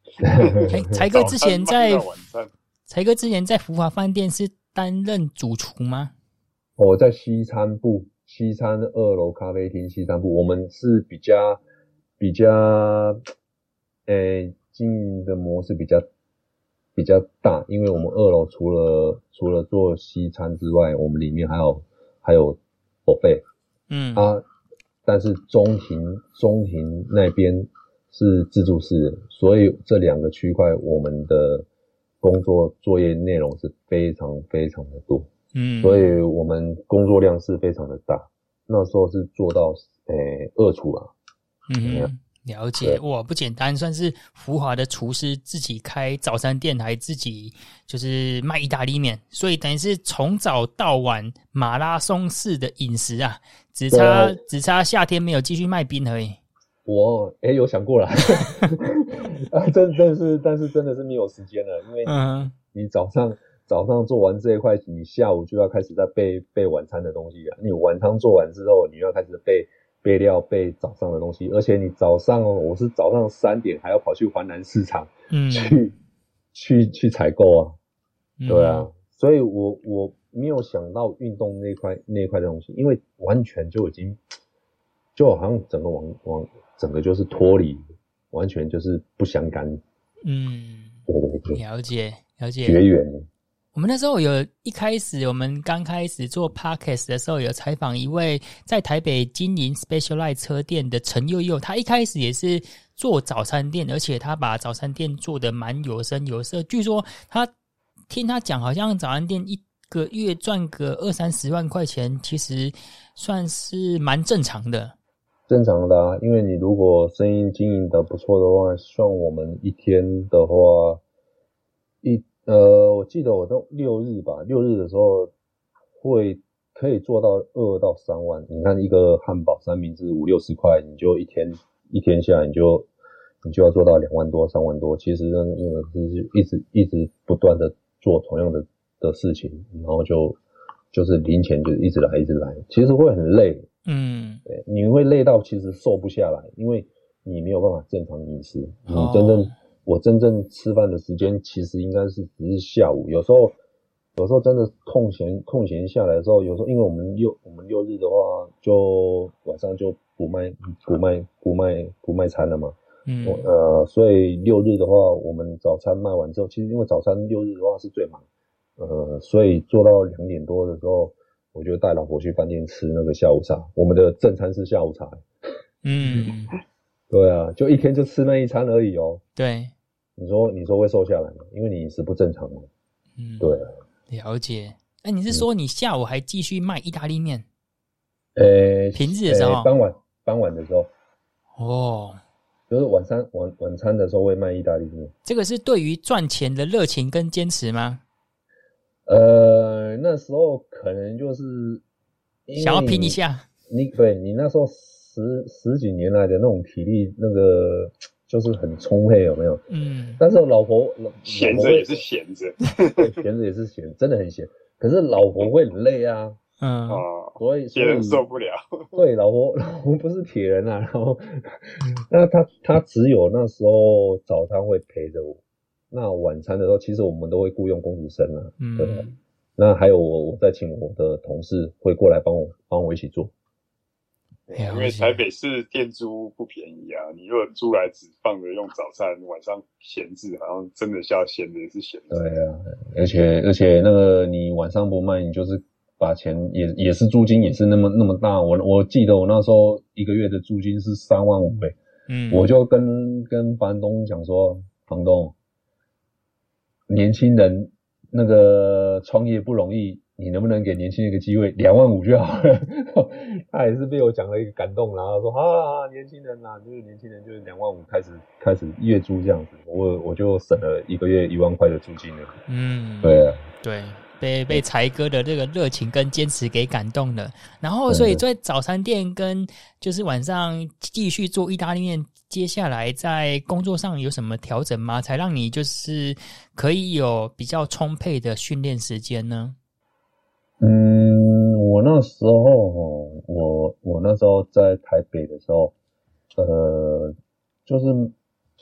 [SPEAKER 1] 哎，才哥之前在
[SPEAKER 2] 早餐卖到晚餐
[SPEAKER 1] 才哥之前在福华饭店是担任主厨吗？
[SPEAKER 3] 我在西餐部，西餐二楼咖啡厅西餐部，我们是比较比较，诶，经营的模式比较比较大，因为我们二楼除了除了做西餐之外，我们里面还有还有 buffet，
[SPEAKER 1] 嗯
[SPEAKER 3] 啊，但是中庭中庭那边是自助式的，所以这两个区块我们的工作作业内容是非常非常的多，
[SPEAKER 1] 嗯，
[SPEAKER 3] 所以我们工作量是非常的大。那时候是做到诶二厨啊，
[SPEAKER 1] 嗯哼，了解，哇，不简单，算是福华的厨师自己开早餐店，还自己就是卖意大利面，所以等于是从早到晚马拉松式的饮食啊，只差只差夏天没有继续卖冰而已。
[SPEAKER 3] 我诶有想过啦，啊，真真的是，但是真的是没有时间了，因为你、嗯、你早上早上做完这一块，你下午就要开始在备备晚餐的东西啊。你晚餐做完之后，你要开始备备料、备早上的东西，而且你早上哦，我是早上三点还要跑去华南市场，嗯，去去去采购啊，嗯、对啊，所以我我没有想到运动那块那块的东西，因为完全就已经就好像整个往往。整个就是脱离，完全就是不相干。嗯，对对对，
[SPEAKER 1] 了解了解，
[SPEAKER 3] 绝缘。
[SPEAKER 1] 我们那时候有一开始，我们刚开始做 podcast 的时候，有采访一位在台北经营 Specialized 车店的陈佑佑，他一开始也是做早餐店，而且他把早餐店做得蛮有声有色。据说他听他讲，好像早餐店一个月赚个二三十万块钱，其实算是蛮正常的。
[SPEAKER 3] 正常的啊，因为你如果生意经营的不错的话，像我们一天的话，一呃，我记得我都六日吧，六日的时候会可以做到二到三万。你看一个汉堡三明治五六十块，你就一天一天下来，你就你就要做到两万多三万多。其实那个是一直一直不断的做同样的的事情，然后就就是零钱就一直来一直来，其实会很累。嗯，对，你会累到其实瘦不下来，因为你没有办法正常饮食。你真正、哦、我真正吃饭的时间其实应该是只是下午，有时候有时候真的空闲空闲下来的时候，有时候因为我们六我们六日的话，就晚上就不卖不卖不卖不卖餐了嘛。嗯，呃，所以六日的话，我们早餐卖完之后，其实因为早餐六日的话是最忙，呃，所以做到两点多的时候。我就带老婆去饭店吃那个下午茶，我们的正餐是下午茶。嗯，对啊，就一天就吃那一餐而已哦。
[SPEAKER 1] 对，
[SPEAKER 3] 你说你说会瘦下来吗？因为你饮食不正常嘛。嗯，对啊。
[SPEAKER 1] 了解。哎，你是说你下午还继续卖意大利面？
[SPEAKER 3] 呃、嗯，
[SPEAKER 1] 平日的时候，
[SPEAKER 3] 欸、傍晚傍晚的时候。
[SPEAKER 1] 哦，
[SPEAKER 3] 就是晚餐晚晚餐的时候会卖意大利面。
[SPEAKER 1] 这个是对于赚钱的热情跟坚持吗？
[SPEAKER 3] 呃，那时候可能就是
[SPEAKER 1] 想要拼一下，
[SPEAKER 3] 你对你那时候十十几年来的那种体力，那个就是很充沛，有没有？嗯。但是老婆
[SPEAKER 2] 闲着也是闲着，
[SPEAKER 3] 对，闲着也是闲，真的很闲。可是老婆会很累啊，嗯，
[SPEAKER 2] 哦，
[SPEAKER 3] 所以
[SPEAKER 2] 别人受不了。
[SPEAKER 3] 对，老婆老婆不是铁人啊，然后那他他只有那时候早餐会陪着我。那晚餐的时候，其实我们都会雇佣工读生啊，嗯，对。那还有我，我再请我的同事会过来帮我帮我一起做。
[SPEAKER 2] 因为台北市店租不便宜啊，你如果租来只放着用早餐，晚上闲置，好像真的是要闲着也是闲着。
[SPEAKER 3] 对啊，而且而且那个你晚上不卖，你就是把钱也也是租金也是那么那么大。我我记得我那时候一个月的租金是三万五诶，嗯，我就跟跟房东讲说，房东。年轻人那个创业不容易，你能不能给年轻人一个机会？两万五就好了。他也是被我讲了一个感动，然后说啊，年轻人啊，就是年轻人就是两万五开始开始月租这样子，我我就省了一个月一万块的租金了。嗯，对啊，
[SPEAKER 1] 对。被被才哥的这个热情跟坚持给感动了，然后所以在早餐店跟就是晚上继续做意大利面，接下来在工作上有什么调整吗？才让你就是可以有比较充沛的训练时间呢？
[SPEAKER 3] 嗯，我那时候我我那时候在台北的时候，呃，就是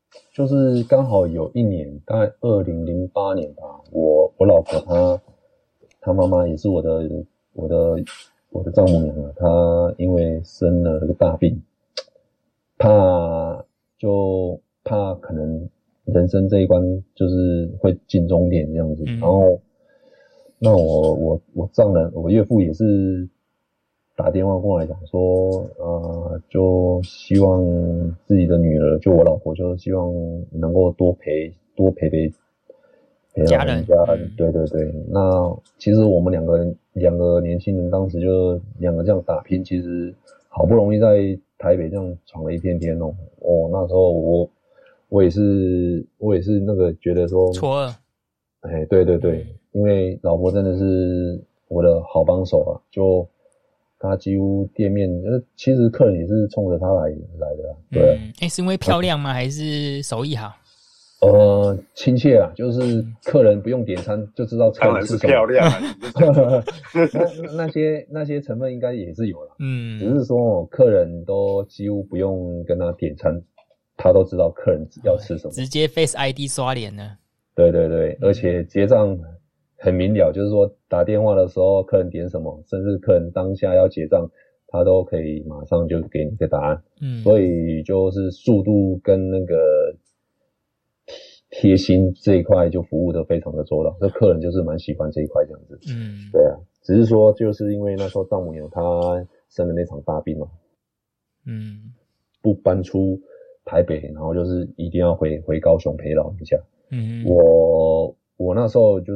[SPEAKER 3] 就是刚好有一年，大概二零零八年吧，我我老婆她她妈妈也是我的我的我的丈母娘啊，她因为生了一个大病，怕就怕可能人生这一关就是会进终点这样子，
[SPEAKER 1] 嗯、
[SPEAKER 3] 然后那我我我丈人我岳父也是打电话过来讲说，呃，就希望自己的女儿，就我老婆，就希望能够多陪多陪陪陪老人家。嗯、对对对，那其实我们两个人两个年轻人当时就两个这样打拼，其实好不容易在台北这样闯了一片天哦。哦，那时候我我也是我也是那个觉得说
[SPEAKER 1] 错二，
[SPEAKER 3] 哎，对对对，因为老婆真的是我的好帮手啊，就。他几乎店面，呃，其实客人也是冲着他来来的、啊，对、啊。
[SPEAKER 1] 嗯，哎、欸，是因为漂亮吗？还是手艺好？
[SPEAKER 3] 呃，亲切啊，就是客人不用点餐就知道客人吃什么。
[SPEAKER 2] 当然是漂亮啊，
[SPEAKER 3] 那那些那些成分应该也是有啦，
[SPEAKER 1] 嗯，
[SPEAKER 3] 只是说客人都几乎不用跟他点餐，他都知道客人要吃什么，
[SPEAKER 1] 直接 Face I D 刷脸呢。
[SPEAKER 3] 对对对，而且结账很明了，就是说打电话的时候，客人点什么，甚至客人当下要结账，他都可以马上就给你个答案。嗯，所以就是速度跟那个贴心这一块就服务的非常的周到，这客人就是蛮喜欢这一块这样子。嗯，对啊，只是说就是因为那时候丈母娘她生了那场大病嘛，嗯，不搬出台北，然后就是一定要回回高雄陪老人家。嗯，我。我那时候就是，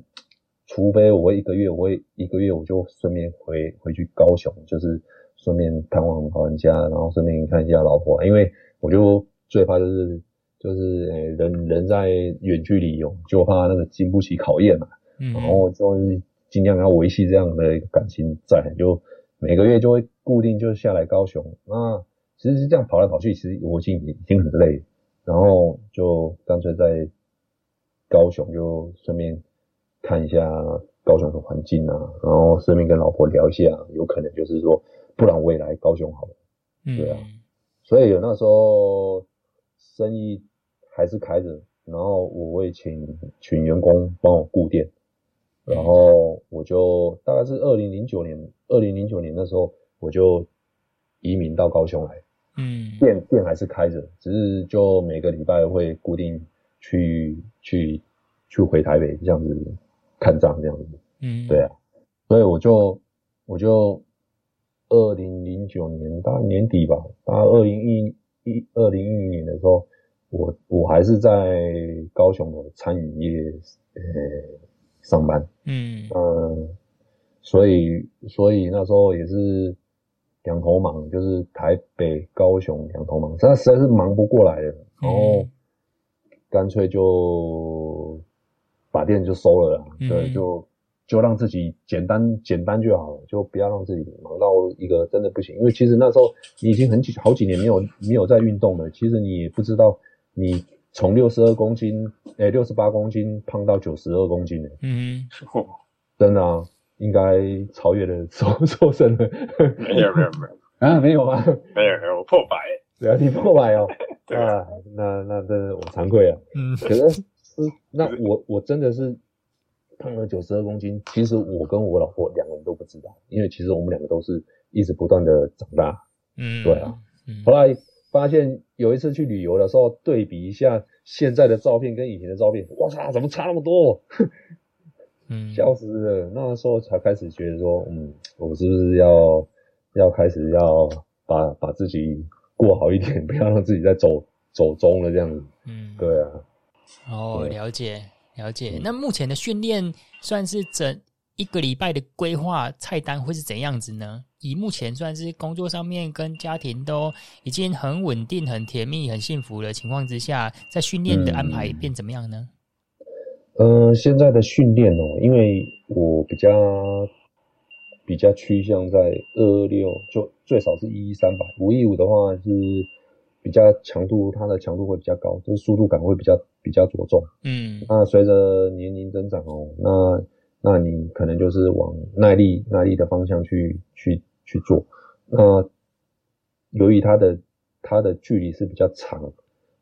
[SPEAKER 3] 除非我一个月，我会一个月我就顺便回回去高雄，就是顺便探望老人家，然后顺便看一下老婆，因为我就最怕就是就是诶人人在远距离哦，就怕那个经不起考验嘛，嗯，然后就是尽量要维系这样的一个感情在，就每个月就会固定就下来高雄，那其实是这样跑来跑去，其实我已经已经很累，然后就干脆在高雄就顺便看一下高雄的环境啊，然后顺便跟老婆聊一下，有可能就是说，不然我也来高雄好了，对啊，嗯、所以有那时候生意还是开着，然后我会请请员工帮我顾店，然后我就大概是二零零九年，二零零九年那时候我就移民到高雄来，嗯，店店还是开着，只是就每个礼拜会固定。去去去回台北这样子看账这样子，嗯，对啊，所以我就我就二零零九年大概年底吧，大概二零一一二零一零年的时候，我我还是在高雄的餐饮业呃上班，嗯嗯，所以所以那时候也是两头忙，就是台北高雄两头忙，实在实在是忙不过来了，然后。嗯干脆就把店就收了啦，嗯、对，就就让自己简单简单就好了，就不要让自己忙到一个真的不行。因为其实那时候你已经很几好几年没有没有在运动了，其实你也不知道你从六十二公斤，诶六十八公斤胖到九十二公斤了，嗯，真的啊，应该超越了瘦瘦身了。
[SPEAKER 2] 没有没有没有
[SPEAKER 3] 啊，没有吗？
[SPEAKER 2] 没有没有，我破百。
[SPEAKER 3] 对啊，你破百哦。对啊，那那真的我惭愧啊。嗯，可是是那我我真的是胖了九十二公斤。其实我跟我老婆两个人都不知道，因为其实我们两个都是一直不断的长大。嗯，对啊。嗯、后来发现有一次去旅游的时候，对比一下现在的照片跟以前的照片，哇塞，怎么差那么多？嗯，笑死了。那时候才开始觉得说，嗯，我是不是要要开始要把把自己过好一点，不要让自己再走走中了这样子。嗯，对啊。
[SPEAKER 1] 哦，了解了解。嗯、那目前的训练算是整一个礼拜的规划菜单会是怎样子呢？以目前算是工作上面跟家庭都已经很稳定、很甜蜜、很幸福的情况之下，在训练的安排变怎么样呢？
[SPEAKER 3] 嗯、呃，现在的训练哦，因为我比较比较趋向在二二六，就最少是一一三吧。五一五的话是比较强度，它的强度会比较高，就是速度感会比较比较着重。嗯，那随着年龄增长哦，那那你可能就是往耐力耐力的方向去去去做。那由于它的它的距离是比较长，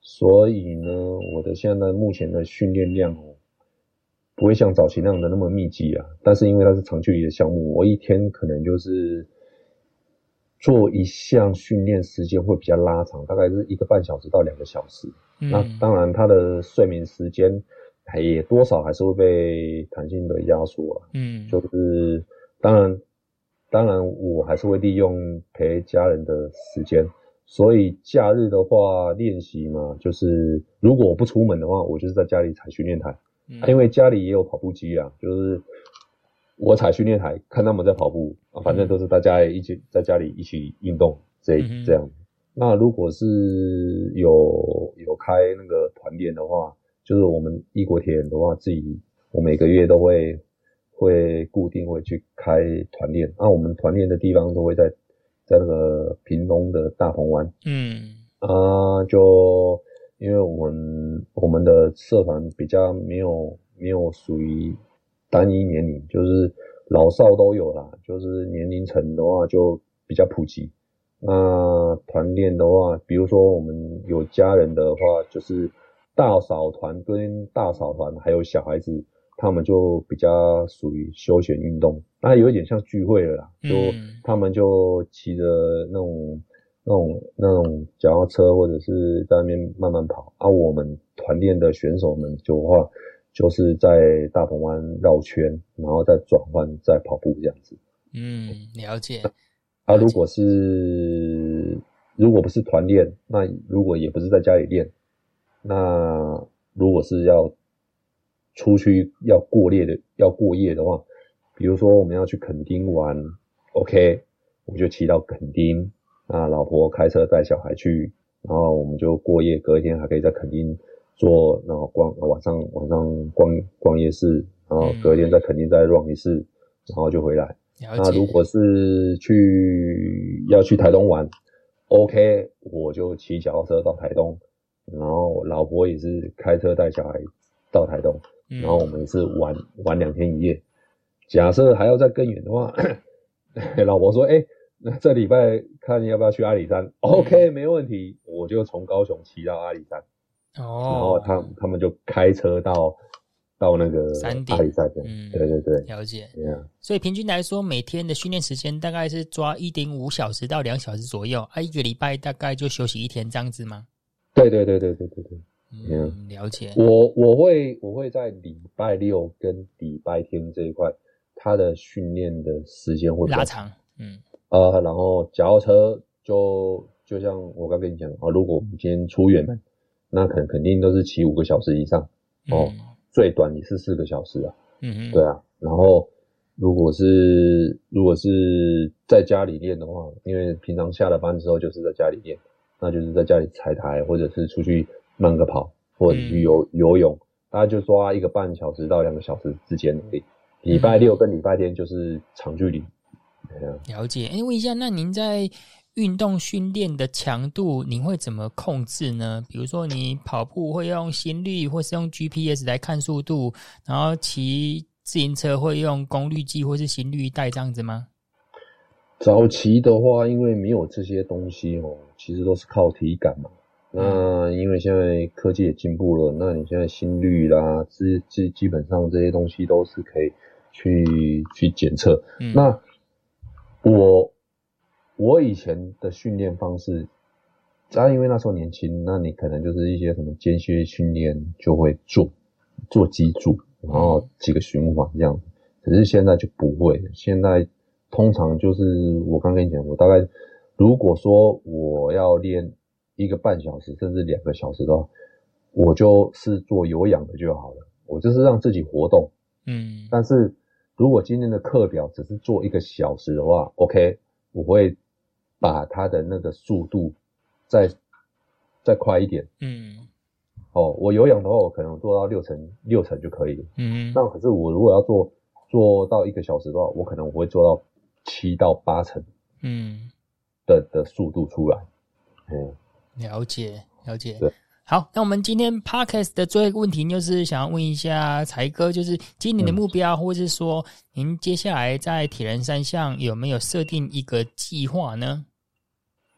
[SPEAKER 3] 所以呢，我的现在目前的训练量哦，不会像早期那样的那么密集啊。但是因为它是长距离的项目，我一天可能就是做一项训练时间会比较拉长，大概是一个半小时到两个小时。嗯、那当然，它的睡眠时间也多少还是会被弹性的压缩啊。嗯，就是当然，当然我还是会利用陪家人的时间。所以假日的话练习嘛，就是如果我不出门的话，我就是在家里踩训练台。嗯啊、因为家里也有跑步机啊，就是我踩训练台，看他们在跑步，啊、反正都是大家一起在家里一起运动，这这样。那如果是有有开那个团练的话，就是我们异国铁人的话，自己我每个月都会会固定会去开团练。那、啊、我们团练的地方都会在在那个屏东的大鹏湾。嗯啊，就因为我们我们的社团比较没有没有属于单一年龄，就是老少都有啦，就是年龄层的话就比较普及。那团练的话，比如说我们有家人的话，就是大嫂团跟大嫂团还有小孩子，他们就比较属于休闲运动，那有一点像聚会了啦，就他们就骑着那种那种那种脚踏车或者是在那边慢慢跑，啊，我们团练的选手们就的话，就是在大鹏湾绕圈，然后再转换再跑步这样子。
[SPEAKER 1] 嗯，了解。
[SPEAKER 3] 啊，如果是如果不是团练，那如果也不是在家里练，那如果是要出去要过夜的要过夜的话，比如说我们要去垦丁玩 ，OK， 我们就骑到垦丁，那老婆开车带小孩去，然后我们就过夜，隔一天还可以在垦丁做，然后逛晚上晚上逛逛夜市，然后隔一天在垦丁再 run 一次，然后就回来。那如果是去要去台东玩 ，OK， 我就骑脚踏车到台东，然后老婆也是开车带小孩到台东，然后我们也是玩玩两天一夜。假设还要再更远的话，老婆说：“哎、欸，那这礼拜看要不要去阿里山 ？OK， 没问题，我就从高雄骑到阿里山。哦，然后他他们就开车到。”到那个阿里山，嗯，对对对，
[SPEAKER 1] 了解。Yeah. 所以平均来说，每天的训练时间大概是抓 一点五小时到两小时左右，啊，一个礼拜大概就休息一天这样子吗？
[SPEAKER 3] 对对对对对对对，
[SPEAKER 1] 嗯， yeah. 了解。
[SPEAKER 3] 我我会我会在礼拜六跟礼拜天这一块，他的训练的时间会
[SPEAKER 1] 拉长，嗯，
[SPEAKER 3] 呃，然后脚踏车就就像我刚跟你讲啊，如果我们今天出远门，那可能肯定都是骑五个小时以上哦。嗯，最短也是四个小时啊，嗯嗯，对啊。然后如果是如果是在家里练的话，因为平常下了班之后就是在家里练，那就是在家里踩台，或者是出去慢个跑，或者去游、嗯、游泳，大概就抓一个半小时到两个小时之间而已。礼拜六跟礼拜天就是长距离。
[SPEAKER 1] 嗯、了解。哎，问一下，那您在运动训练的强度您会怎么控制呢？比如说你跑步会用心率或是用 G P S 来看速度，然后骑自行车会用功率计或是心率带这样子吗？
[SPEAKER 3] 早期的话因为没有这些东西哦，其实都是靠体感嘛。那因为现在科技也进步了，那你现在心率啦基基基本上这些东西都是可以去去检测、嗯、那我我以前的训练方式，啊，因为那时候年轻，那你可能就是一些什么间歇训练就会做，做脊柱，然后几个循环这样。可是现在就不会，现在通常就是我刚跟你讲，我大概如果说我要练一个半小时甚至两个小时的话，我就是做有氧的就好了，我就是让自己活动。嗯，但是如果今天的课表只是做一个小时的话 ，OK， 我会把它的那个速度再再快一点。嗯，哦，我有氧的话，我可能做到六成六成就可以了。嗯，那可是我如果要做做到一个小时的话，我可能我会做到七到八成。嗯，的的速度出来。嗯，
[SPEAKER 1] 了解了解。对。好，那我们今天 Podcast 的最后一个问题就是想要问一下才哥，就是今年的目标、嗯、或是说您接下来在铁人三项有没有设定一个计划呢？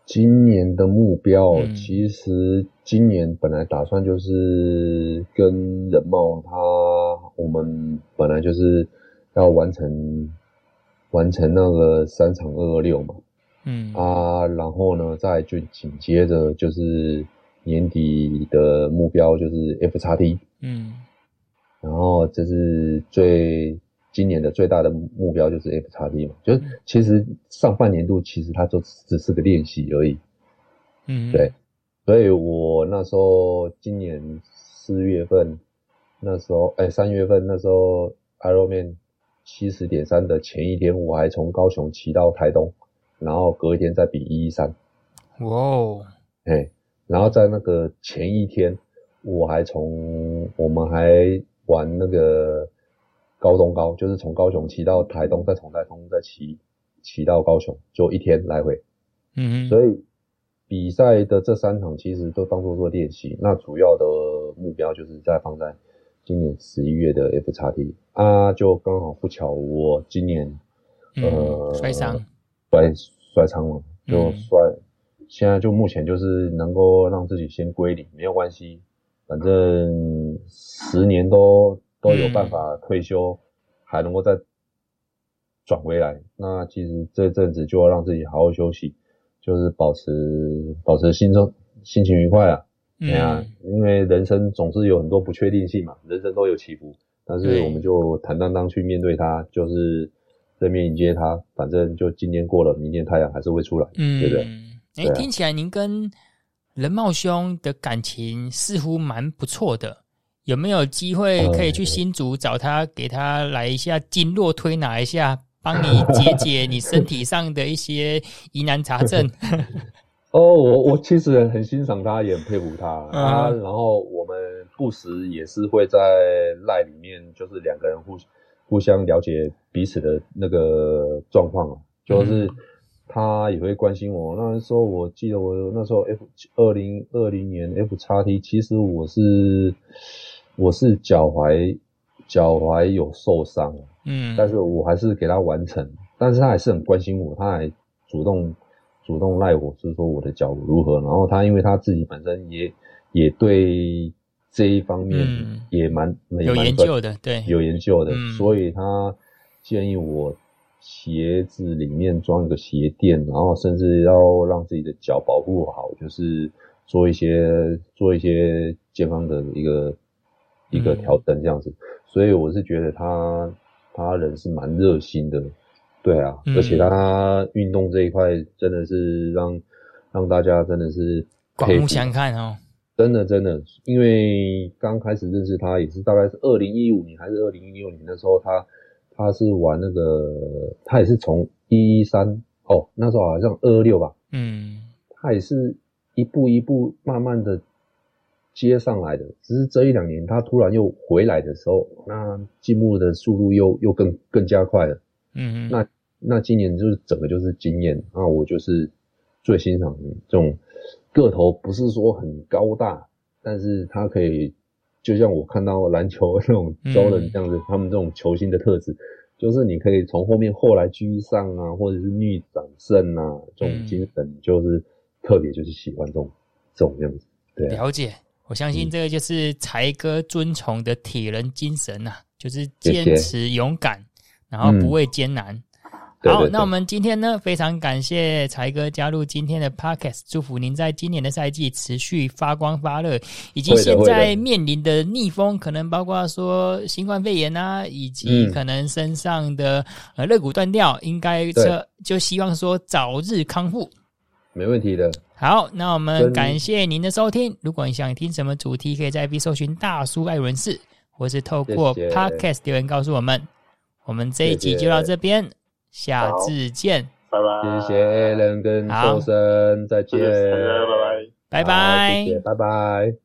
[SPEAKER 3] 今年的目标，
[SPEAKER 1] 嗯、
[SPEAKER 3] 其实今年本来打算就是跟人茂他，我们本来就是要完成完成那个三场二二六嘛，
[SPEAKER 1] 嗯
[SPEAKER 3] 啊，然后呢，再就紧接着就是年底的目标就是 F X T，
[SPEAKER 1] 嗯，
[SPEAKER 3] 然后这是最今年的最大的目标就是 F X T 嘛，就是其实上半年度其实它就只是个练习而已，
[SPEAKER 1] 嗯，
[SPEAKER 3] 对，所以我那时候今年四月份那时候，哎，三月份那时候 Ironman 七十点三的前一天，我还从高雄骑到台东，然后隔一天再比一一三，
[SPEAKER 1] 哇哦，
[SPEAKER 3] 哎，然后在那个前一天，我还从我们还玩那个高东高，就是从高雄骑到台东，再从台东再骑骑到高雄，就一天来回。
[SPEAKER 1] 嗯，
[SPEAKER 3] 所以比赛的这三场其实都当作做练习，那主要的目标就是在放在今年十一月的 F X T 啊，就刚好不巧我今年呃
[SPEAKER 1] 摔伤，
[SPEAKER 3] 摔摔伤了，就摔。嗯现在就目前就是能够让自己先归零，没有关系，反正十年都都有办法退休，嗯、还能够再转回来。那其实这阵子就要让自己好好休息，就是保持保持心中心情愉快啊。嗯、啊，因为人生总是有很多不确定性嘛，人生都有起伏，但是我们就坦荡荡去面对它，就是正面迎接它。反正就今天过了，明天太阳还是会出来，嗯、对不对？
[SPEAKER 1] 哎、欸，听起来您跟仁茂兄的感情似乎蛮不错的，有没有机会可以去新竹找他，给他来一下经络推拿一下，帮你解解你身体上的一些疑难杂症？
[SPEAKER 3] 哦，我我其实很欣赏他，也很佩服他、嗯、啊。然后我们不时也是会在赖里面，就是两个人互互相了解彼此的那个状况啊，就是。嗯他也会关心我。那时候我记得我那时候 F 二零二零年 F X T， 其实我是我是脚踝脚踝有受伤，嗯，但是我还是给他完成。但是他还是很关心我，他还主动主动赖我，是说我的脚如何。然后他因为他自己本身也也对这一方面也蛮、嗯、
[SPEAKER 1] 有研究的，对，
[SPEAKER 3] 有研究的，
[SPEAKER 1] 嗯、
[SPEAKER 3] 所以他建议我。鞋子里面装一个鞋垫，然后甚至要让自己的脚保护好，就是做一些做一些健康的一个一个调整这样子。所以我是觉得他他人是蛮热心的，对啊，嗯、而且他运动这一块真的是让让大家真的是
[SPEAKER 1] 刮目相看哦。
[SPEAKER 3] 真的真的，因为刚开始认识他也是大概是二零一五年还是二零一六年那时候他。他是玩那个，他也是从一一三哦，那时候好像二二六吧，嗯，他也是一步一步慢慢的接上来的，只是这一两年他突然又回来的时候，那进步的速度又又更更加快了，嗯，那那今年就是整个就是经验，那我就是最欣赏这种个头不是说很高大，但是他可以。就像我看到篮球那种周人这样子、嗯，他们这种球星的特质，就是你可以从后面后来居上啊，或者是逆转胜啊，这种精神，就是特别就是喜欢这种这种样子。对、啊，
[SPEAKER 1] 了解，我相信这个就是才哥尊崇的铁人精神啊，就是坚持勇敢，然后不畏艰难。嗯好，对对对，那我们今天呢，非常感谢才哥加入今天的 Podcast， 祝福您在今年的赛季持续发光发热，以及现在面临的逆风，可能包括说新冠肺炎啊，以及可能身上的、嗯、呃肋骨断掉，应该这就希望说早日康复。
[SPEAKER 3] 没问题的。
[SPEAKER 1] 好，那我们感谢您的收听。如果你想听什么主题，可以在 F B 搜寻大叔艾伦士，或是透过 Podcast 留言告诉我们。我们这一集就到这边。下次见，
[SPEAKER 2] 拜拜。
[SPEAKER 3] 谢谢 Alan 跟周生，再见，
[SPEAKER 2] 拜拜，
[SPEAKER 1] 拜拜，
[SPEAKER 3] 谢谢，拜拜。